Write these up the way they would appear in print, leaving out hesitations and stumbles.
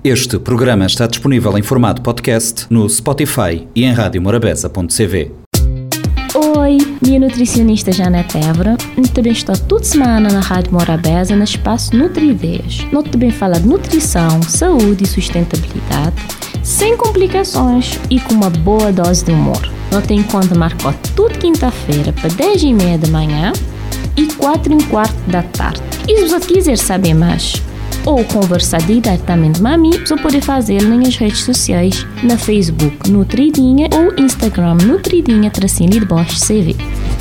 Este programa está disponível em formato podcast no Spotify e em radiomorabeza.cv. Oi, minha nutricionista Janete Évora. Eu também estou toda semana na Rádio Morabeza, no espaço Nutri-Ideias. Nós também fala de nutrição, saúde e sustentabilidade, sem complicações e com uma boa dose de humor. Nós tem encontro marcado toda quinta-feira para 10h30 da manhã e 4h15 da tarde. E se você quiser saber mais ou conversar diretamente comigo, você pode fazer nas redes sociais, na Facebook Nutridinha ou Instagram Nutridinha_CV.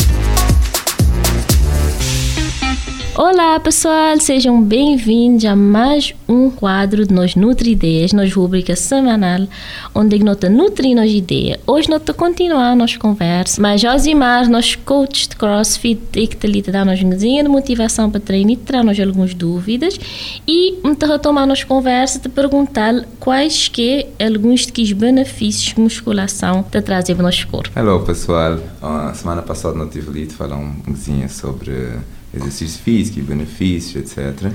Olá pessoal, sejam bem-vindos a mais um quadro de nós Nutri-Ideias, nossa rubrica semanal, onde nós nutrimos nossa ideia. Hoje nós vamos continuar a nossa conversa, mas Josimar, nosso coach de CrossFit, e que está dando uma coisinha de motivação para treinar e traz-nos algumas dúvidas, e vamos retomar a nossa conversa de perguntar quais que alguns dos benefícios que musculação te traz para o nosso corpo. Olá pessoal, a semana passada nós tive ali de falar um pouquinho sobre exercício físico e benefícios, etc.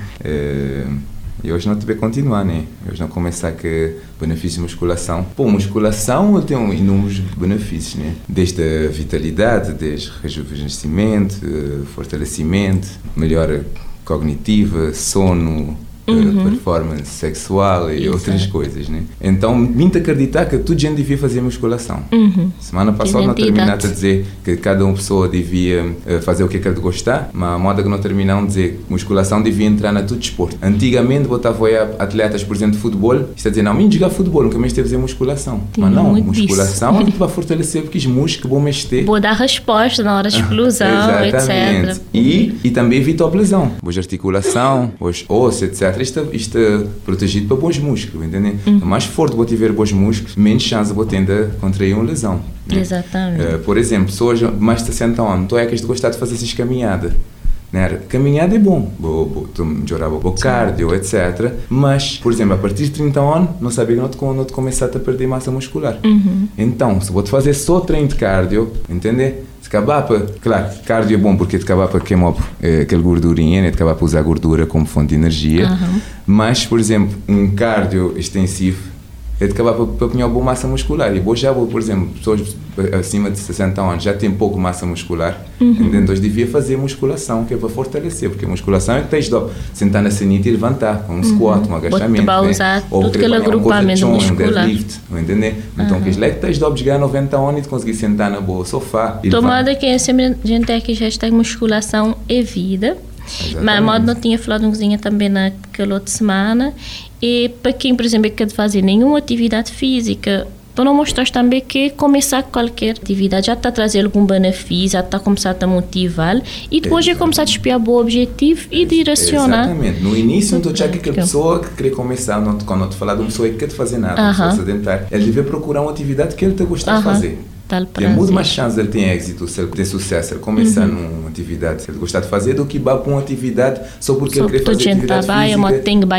E hoje nós vamos continuar, né? Hoje nós começar com benefícios de musculação. Pô, musculação tem inúmeros benefícios, né? Desde a vitalidade, desde rejuvenescimento, fortalecimento, melhora cognitiva, sono, performance sexual e outras coisas, né? Então, muito acreditar que toda gente devia fazer musculação. Semana passada nós terminamos a dizer que cada uma pessoa devia fazer o que quer gostar, mas a moda que nós terminamos a dizer que musculação devia entrar na todo desporto. Antigamente, botava atletas, por exemplo, de futebol, está a dizer, não, mim jogar futebol, nunca mais teve fazer musculação. Mas não, musculação é para fortalecer porque os músculos vão mexer. Vou dar resposta na hora de explosão, etc. E também evita a lesão. Boas articulação, boas ossos, etc. Isto é protegido para bons músculos, entendeu? Mais forte vou tiver bons músculos, menos chance vou ter de contrair uma lesão. Né? Exatamente. Por exemplo, pessoas mais de 60 anos, tu é que gostar de fazer essas caminhadas. Né? Caminhada é bom, melhorar o cardio, etc. Mas, por exemplo, a partir de 30 anos, não sabia que não te começar a perder massa muscular. Então, se vou te fazer só treino de cardio, entender? Se acabar para, claro, cardio é bom porque te acabar para queimar aquela gordurinha, né? Te acabar para usar a gordura como fonte de energia. Mas, por exemplo, um cardio extensivo é de acabar para pôr boa massa muscular. E já vou, por exemplo, pessoas acima de 60 anos já têm pouco massa muscular, então devia fazer musculação, que é para fortalecer, porque a musculação é que tens de sentar na sanita e levantar, com um squat, um agachamento, né? Usar ou aquele agrupamento muscular. Deadlift, entendeu? Então, que é que tens de chegar a 90 anos e de conseguir sentar na boa sofá. Tomada que é sempre a gente é que hashtag musculação é vida. Exatamente. Mas a moda não tinha falado um coisinha também naquela outra semana. E para quem, por exemplo, quer fazer nenhuma atividade física, para não mostrar também que começar qualquer atividade já está a trazer algum benefício, já está a começar a motivar e depois já começar a espiar bom objetivo e direcionar. Exatamente. No início, então, já que aquela pessoa que quer começar, quando eu te falar de uma pessoa que quer fazer nada, uma pessoa sedentária, ele deve procurar uma atividade que ele gostar de fazer. Tem muito mais chance de ele ter êxito, se ele ter sucesso, ele começar numa atividade que ele gostar de fazer, do que ir para uma atividade só porque ele quer fazer atividade física.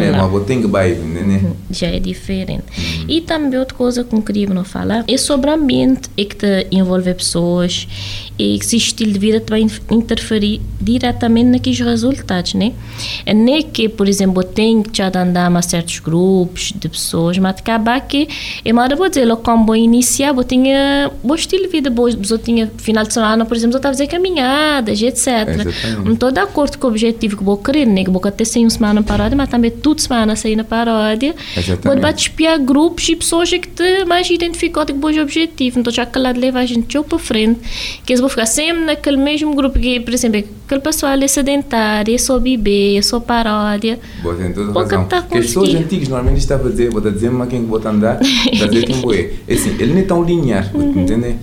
Exatamente, já é diferente. E também outra coisa que eu queria não falar é sobre o ambiente que te envolve pessoas e que esse estilo de vida vai interferir diretamente naqueles resultados, né? É nem que, por exemplo, eu tenho que já andar a certos grupos de pessoas, mas acabar que, eu vou dizer, como vou iniciar, eu tinha bom estilo de vida, eu tinha final de semana, por exemplo, eu estava a fazer caminhadas, etc. Não estou de acordo com o objetivo que vou querer, né? Que vou até sair uma semana na paródia, mas também toda semana sair na paródia. Vou espiar grupos e pessoas que te mais identificam com o bom objetivo. Então, já que lá de levar a gente para frente, que eles vão ficar sempre naquele mesmo grupo que, por exemplo, aquele pessoal é sedentário, é só beber, é só paródia. Boa, tem toda razão. Porque as pessoas antigas normalmente estavam a dizer, vou dizer mas quem vou andar, está a dizer quem vou é. Assim, ele não é tão linear, entende?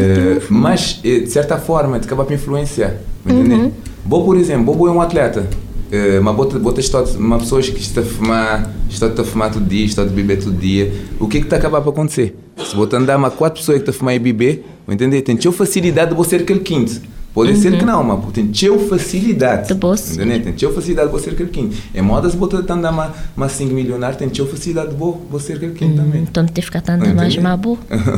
Mas, de certa forma, te acaba por influenciar, entende? Vou, por exemplo, vou é um atleta, mas vou testar uma pessoa que está a fumar todo dia, está a beber todo dia, o que está a acabar por acontecer? Se vou andar mais 4 pessoas que estão a fumar e beber, entende? Tem facilidade de você ser aquele quinto. Pode ser que não, mas tem facilidade. Tem facilidade de você ser aquele quinto. Em modas, vou tentar andar mais 5 milionários, tem facilidade de você ser aquele quinto também. Então, tem que ficar andando mais mabu.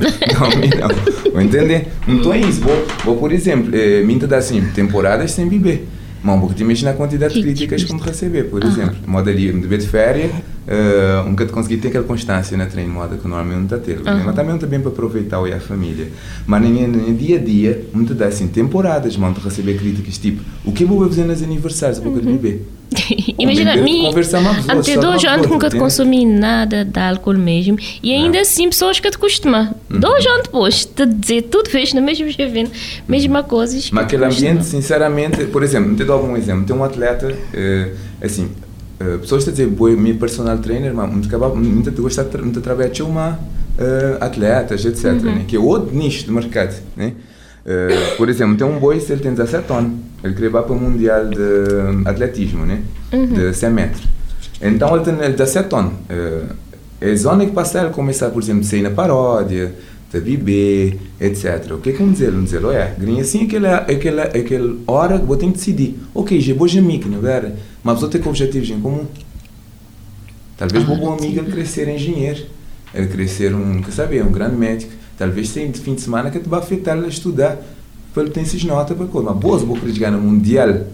Não, entende? Então é isso. Vou por exemplo, minta dá assim, temporadas sem beber. Mas porque te imagina a quantidade de críticas que me receber, por exemplo. Moda ali, beber de férias, nunca consegui ter aquela constância na treino moda que normalmente não está a ter. Mas também não está bem para aproveitar a família. Mas no dia a dia, muito dá assim, temporadas, mano, de receber críticas tipo, o que eu vou fazer nos aniversários a boca de bebê? Imagina, até 2 anos nunca te consumi nada de álcool mesmo e ainda assim pessoas que te costumam 2 anos depois te dizer tudo fez no mesmo evento, mesma coisa. Mas aquele ambiente, sinceramente, por exemplo, te dou algum exemplo, tem um atleta, assim, pessoas estão a dizer, meu personal trainer, mas muito gostar de trabalhar com uma atletas, etc, né? Que é outro nicho do mercado, né? Por exemplo, tem um boi, ele tem 17 anos, ele queria ir para o Mundial de Atletismo, né? De 100 metros. Então ele tem 17 anos. É zona que passa ele começar, por exemplo, a sair na paródia, a beber, etc. O que é que vamos dizer? Vamos dizer, olha, ganha assim aquela hora que eu tenho que decidir. Ok, já vou amigo, não é? Mas eu tenho objetivos em comum. Talvez vou bom amigo ele crescer engenheiro, ele crescer um grande médico. Talvez tenha de fim de semana que te vai afetar ele a estudar para ele ter essas notas para coisa. Mas boas vou querer chegar no Mundial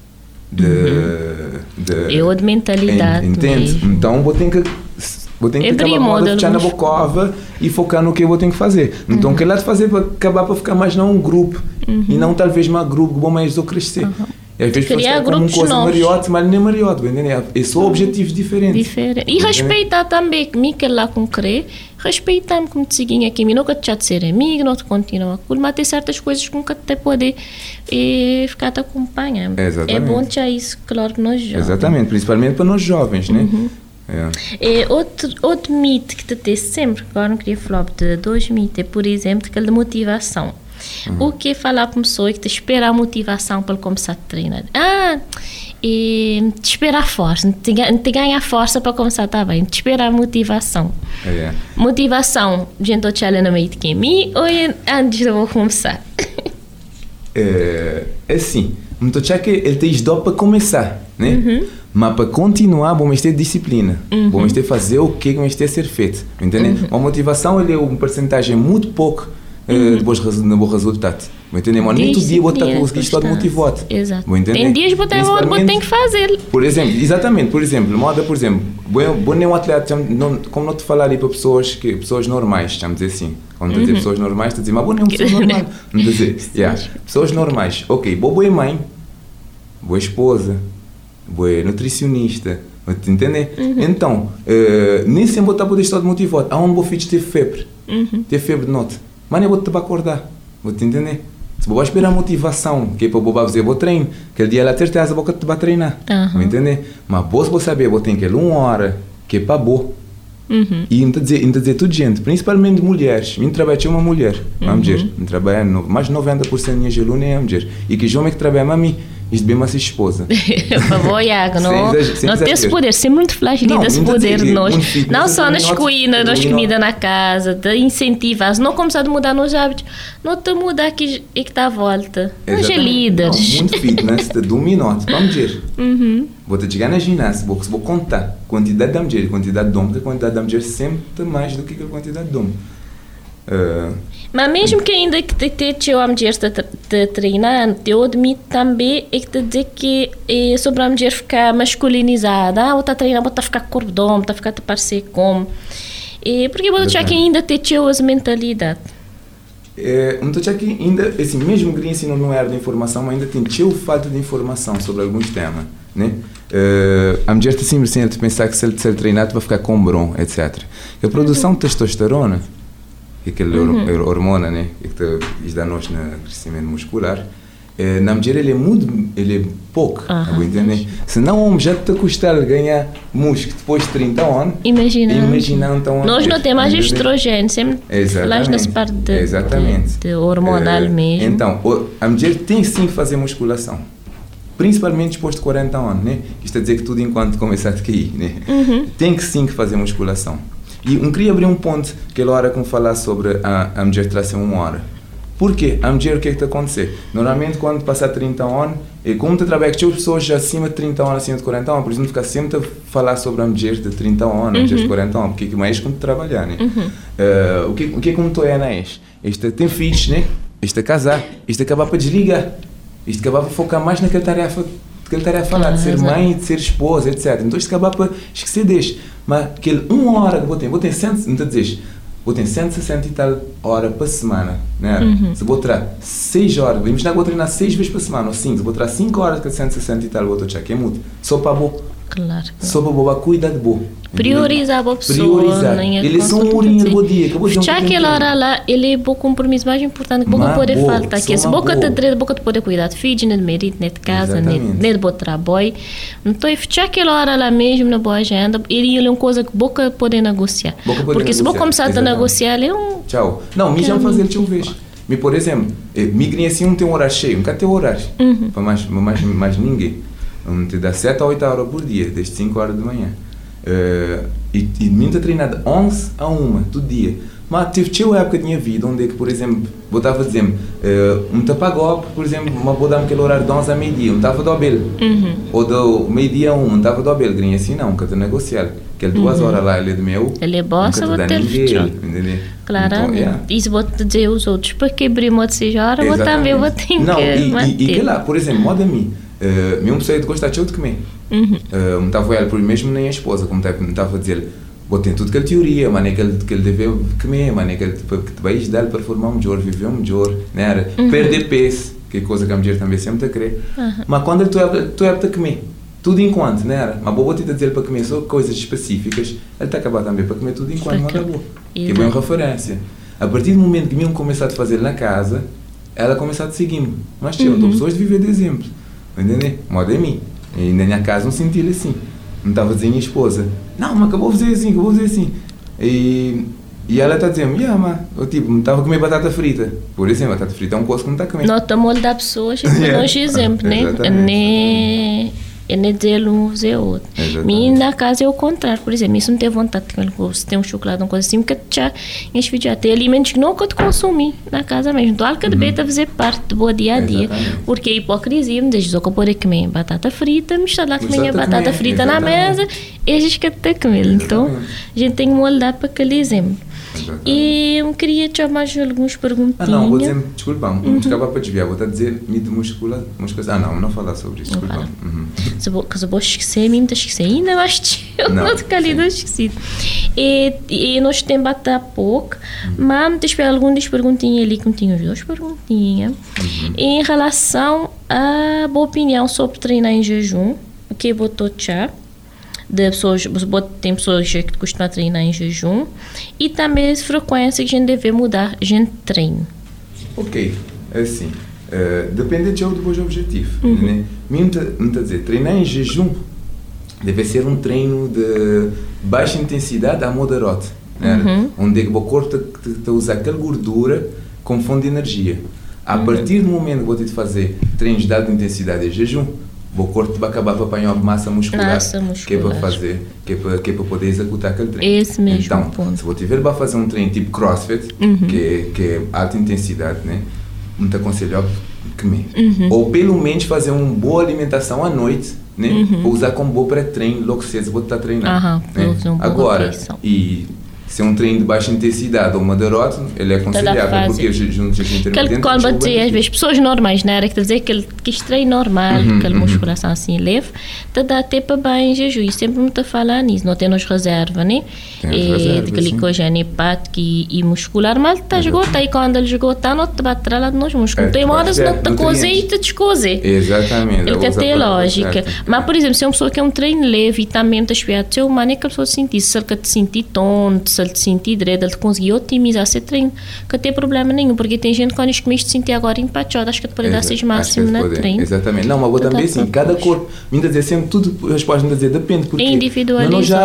de mentalidade. Entende? Então vou ter que acabar de fechar na bocova e focar no que eu vou ter que fazer. Então o que ele há de fazer para acabar para ficar mais não um grupo e não talvez mais grupo que bom mais eu crescer. E às vezes criar como uma coisa mariote, mas nem mariote, é só objetivos diferentes. E respeitar também que lá com crer, respeitar-me como te seguem aqui, não que te de ser amigo, não te continua a mas tem certas coisas com que te poder ficar te acompanhando. É bom ter isso, claro, que nós jovens. Exatamente, principalmente para nós jovens, né? Outro mito que te tem sempre, agora não queria falar de 2 mitos, por exemplo, aquele de motivação. O que falar para uma pessoa que te espera a motivação para começar a treinar? E te espera a força, te ganha a força para começar a estar bem, te espera a motivação. Motivação, gente, estou na meio de mim ou antes de eu começar? É assim, não estou que ele tem dó para começar, né? Mas para continuar, vamos ter disciplina, vamos ter fazer o que vamos ter a ser feito, entende? A motivação ele é uma porcentagem muito pouco depois de bom resultado. Entendeu? Mas nem todo dia vou estar conseguindo estar motivado. Exato. Tem dias que eu tenho que fazer. Por exemplo, exatamente, por exemplo, bom nem um atleta, como não te falar ali para pessoas normais, vamos dizer assim. Quando te dizer pessoas normais, te dizer, mas bom nem uma pessoa normal. Vamos dizer, pessoas normais. Ok, boa mãe, boa esposa, boa nutricionista, entende? Então, nem sempre vou estar poder estar motivado. Há um bom filho ter febre de noite. Mas nem vou te acordar, vou te entender? Se vou esperar a motivação, que é para fazer o treino, aquele dia ela ter certeza que te vai treinar, vou entender? Mas vou saber, vou ter que 1 hora, que é para boa. E não dizer tudo gente, principalmente mulheres. Eu trabalho com uma mulher, uma mulher. Eu trabalho mais de 90% da minha aluna é uma mulher. E que o homem que trabalha a mim, isto bem mais esposa. Por favor, Iago, não tem esse poder, sempre muito feliz desse poder de nós. Não só nas comidas, nas comidas na casa, de incentivar, não começar a mudar nos hábitos, não te mudar aqui que está à volta. Nós é líderes. Muito fitness, de 1 minuto, para a mulher. Vou te chegar na ginástica, vou contar a quantidade da mulher e a quantidade de homem, porque a quantidade da mulher sempre mais do que a quantidade de homem. Mas mesmo que ainda que te a mulher te treinar, eu admito também é que te dizer que sobre a mulher ficar masculinizada, ou está treinando, ou está a ficar corpo de homem, está a ficar a parecer como. Porque eu acho que ainda te essa mentalidade. Não estou que ainda, assim, mesmo que ensino não era de informação, ainda tem falta de informação sobre alguns temas, né? A mulher está sempre sem pensar que se ele treinar vai ficar com bron, etc. A produção de testosterona, aquele hormona, né, que dá-nos no crescimento muscular, na mulher ele é pouco, entende? Se não o homem já te custar ganhar músculo depois de 30 anos, imagina então nós não temos mais estrogênio, sempre falamos nessa parte de hormonal mesmo. Então, a mulher tem sim que fazer musculação, principalmente depois de 40 anos, né? Isto a dizer que tudo enquanto começar a cair, né? Tem que sim que fazer musculação. E queria abrir um ponto, aquela hora que me falar sobre a mulher trazer 1 hora. Por quê? A mulher, o que é que está a acontecer? Normalmente, quando passar 30 anos, e como tu trabalha com pessoas já acima de 30 anos, acima de 40 anos, por exemplo, ficar sempre a falar sobre a mulher de 30 anos, a mulher de 40 anos, porque é que mais como trabalhar, né? O que é como tu é na ex? Este tem filhos, né? Este a casar, este acabar para desligar, este acabar para focar mais naquela tarefa que ele está a falar, de ser mãe, de ser esposa, etc. Então isto acaba para esquecer deste. Mas aquele 1 hora que vou ter 160 e tal horas para semana, né? Se vou tirar 6 horas, vamos imaginar que vou treinar 6 vezes por semana, ou 5, se vou tirar 5 horas que 160 e tal, vou ter que é muito. Só para boa. Claro. Só para boa, cuidar de boa. Priorizar a pessoa. Priorizar. Eles são uma horinha de bom dia. Já aquela hora lá, ele é o compromisso mais importante que você pode faltar. Que se você te treina, você pode cuidar de filhos, de marido, de casa, de bom trabalho. Então, já aquela hora lá mesmo na boa agenda, ele é uma coisa que você pode negociar. Porque se você começar a negociar, ele é um... Tchau. Não, me já fazer tchau vez. Por exemplo, me assim não tem horário cheio, nunca tem horário. Para mais ninguém. Te dá 7 a 8 horas por dia, desde 5 horas de manhã. E me está treinado 11 a 1, todo dia. Mas tive uma época da minha vida onde, por exemplo, eu estava dizendo, me pagou, por exemplo, vou dar aquele horário de 11 a meio-dia, não estava do abelo. Ou do meio-dia a 1, não estava do abelo. Grinha assim, não, nunca estou negociando. Aquele 2 horas lá, ele é do meu. Ele é bossa, vou ter entendeu? Claramente. Então, e se vou te dizer aos outros, porque abrir modo 6 horas, vou também vou ter que manter. E que lá, por exemplo, moda a mim. Mesmo pessoa de gostar de comer. Não estava ela por mesmo nem a esposa, como estava a dizer, vou ter tudo aquela teoria, mas é que ele deve comer, mas é que ele vai ajudar para formar melhor, viver melhor, né? Perder peso, que é coisa que a mulher também sempre está a querer. Mas quando tu é para comer, tudo enquanto, né? Mas vou te dizer para comer só coisas específicas, ele está a acabar também para comer tudo enquanto, mas acabou. Que é boa referência. A partir do momento que eu começar a fazer na casa, ela começar a seguir-me. Mas eu estou pessoas de viver de exemplo. Entendeu? Moda é mim. E na minha casa não senti ele assim. Não estava a dizer a minha esposa, não, mas acabou de fazer assim, E ela está dizendo, mas eu tipo, não estava a comer batata frita. Por exemplo, batata frita é um coisa que não está a comer. Não está a moldar pessoas, é um exemplo, né? É nem dizer um fazer outro. Mim na casa é o contrário, por exemplo, isso não tem vontade de comer, se tem um chocolate, uma coisa assim, porque já tem alimentos que nunca te consumi na casa mesmo. Então, algo que deve fazer parte do bom dia a dia. Porque a hipocrisia me diz, eu poder comer batata frita, me está lá comer batata frita na mesa, e a gente quer ter comer. Então, a gente tem que moldar para aquele exemplo. E eu queria te mais algumas perguntinhas. Não, vou dizer, desculpa, desculpa para desviar, vou estar a dizer mito musculação. Não falar sobre isso, desculpa. Se eu vou esquecer, me esquecer ainda, mas eu não estou ali, não esqueci. E nós temos há pouco, mas te espero algumas perguntinhas ali, que não tinha 2 perguntinhas. Em relação à boa opinião sobre treinar em jejum, o que botou já? Tem pessoas que costumam treinar em jejum e também a frequência que a gente deve mudar, a gente treina. Ok, assim, depende do teu objetivo. Né? Me está a dizer, treinar em jejum deve ser um treino de baixa intensidade a moderado, né? Onde o corpo está a usar aquela gordura como fonte de energia. A partir do momento que vou ter de fazer treinos de alta intensidade em jejum, o corpo vai acabar para apanhar massa muscular, que é para fazer, que é para poder executar aquele treino. Esse mesmo então, ponto. se você tiver para fazer um treino tipo CrossFit, que é alta intensidade, né, não te aconselho a comer. Ou pelo menos fazer uma boa alimentação à noite, né, para usar como bom pré-treino logo cedo você está a treinar. Né? Agora, e se é um treino de baixa intensidade ou moderado, ele é aconselhável, porque o jejum intermitente... Aquele que às vezes, pessoas normais, na área que dizer que este treino normal, aquela musculação assim leve, te dá até para bem em jejum, e sempre me está a falar nisso, não tem nos reserva, né? De glicogênio hepático e muscular, mas está esgotado, e quando ele esgota, não te bate lá nos músculos. Tem horas não te cozer e te descozer. Exatamente. Ele quer ter lógica. Mas, por exemplo, se é uma pessoa que é um treino leve e também está espiado, se é uma maneira que a pessoa sentir, se ele quer te sentir tonto, se ele te sentir direito, ele conseguir otimizar esse treino, que não tem problema nenhum, porque tem gente que quando começa a sentir agora empachado, acho que pode dar seis máximo no treino. Exatamente. Não, mas vou também assim, cada corpo, me dizer sempre tudo, a resposta me dizer depende, porque individualizado. Já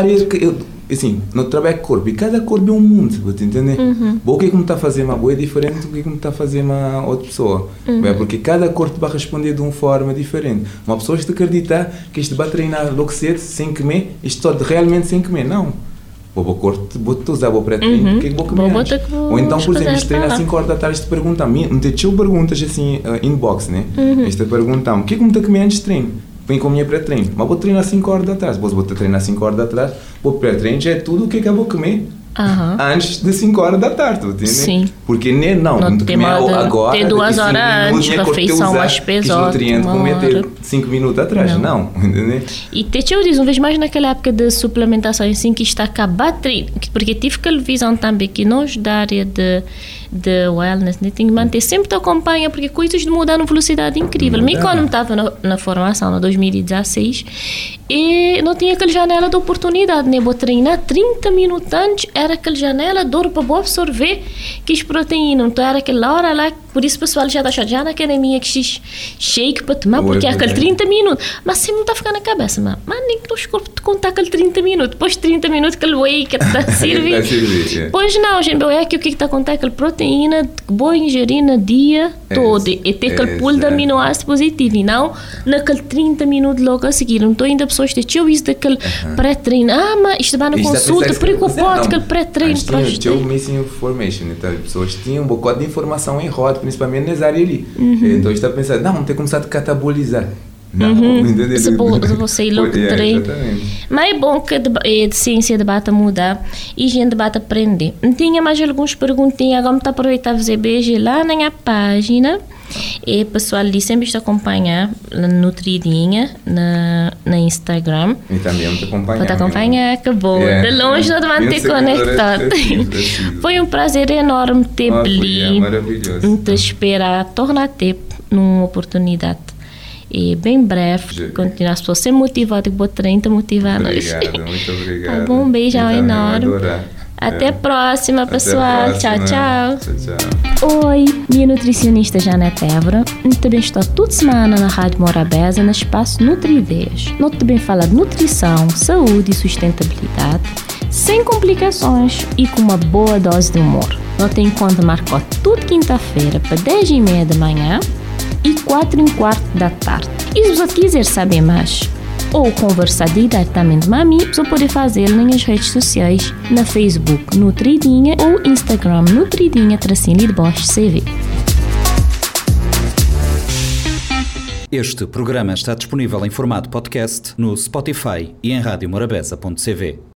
assim, no trabalho com corpo, e cada corpo é um mundo, vou te entender? O que é que me está a fazer uma boa é diferente do que é que me está a fazer uma outra pessoa. Porque cada corpo vai responder de uma forma diferente. Uma pessoa está a acreditar que isto vai treinar logo cedo, sem comer, isto todo realmente sem comer, não. Vou corte, vou usar o pré-treino, porque é que vou comer antes. Ou então, por exemplo, isto treina às 5 horas da tarde, te perguntam, me deixou perguntas assim, inbox, né? Isto perguntam, o que é que me está a comer antes de treino? Vem com a minha pré-treino, mas vou treinar às 5 horas da tarde. Vou treinar às 5 horas da tarde, vou pré-treino, já é tudo o que é que eu vou comer antes de 5 horas da tarde, entende? Sim. Porque não tem agora ter 2 horas antes, refeição às pessoas. Nutriente como é ter 5 minutos atrás, não, entende? E eu diz, uma vez mais naquela época de suplementação, assim, que está acabado, porque tive aquela visão também que nós da área de wellness, né, tem que manter, sempre te acompanha, porque coisas de mudar numa velocidade incrível. Eu quando estava na formação, em 2016, e não tinha aquela janela de oportunidade, né? Vou treinar 30 minutos antes, era aquela janela de ouro para vou absorver que as proteínas, então era aquela hora lá, por isso o pessoal já está já na academia que x shake para tomar, porque é aquele 30 minutos, mas sempre não está ficando na cabeça, mas nem que os corpos te contar aquele 30 minutos, depois de 30 minutos aquele whey que está a servir, pois não, gente, é que o que está a contar, aquela proteína que vou ingerir no dia todo, e ter aquele pool de aminoácidos positivo, e não naquele 30 minutos logo a seguir. Então ainda pessoas te tinham isso daquele pré-treino, mas isto vai na consulta, preocupado aquele pré-treino. Tinha o missing information, então as pessoas tinham um bocado de informação em roda, principalmente nas áreas ali. Então está a pensar, não, vamos ter que começar a catabolizar. Não, se você ir logo treino. Mas é bom que a ciência debate mudar e a gente debate aprender. Tinha mais algumas perguntinhas, agora me aproveitar a fazer beijo lá na minha página. E o pessoal ali sempre está a acompanhar na Nutridinha na Instagram. E também vamos acompanhar. Pode acompanhar, acabou. De longe não manter conectado. Foi um prazer enorme ter ali. Maravilhoso. Te esperar, tornar-te numa oportunidade. E bem breve, continuar as pessoas sempre motivadas, que vou treinar motivar nós. Obrigado, muito obrigado. Tá bom, um beijão enorme. Até a próxima, pessoal. Tchau, tchau. Oi, minha nutricionista Janete Évora. Eu também estou toda semana na Rádio Morabeza, no espaço Nutri-Ideias. Nós também fala de nutrição, saúde e sustentabilidade, sem complicações e com uma boa dose de humor. Nós tem encontro marcado toda quinta-feira para 10h30 da manhã e 4h15 da tarde. E se você quiser saber mais ou conversar diretamente com a mim, você pode fazê-lo nas redes sociais, na Facebook Nutridinha ou Instagram Nutridinha_CV. Este programa está disponível em formato podcast no Spotify e em radiomorabeza.cv.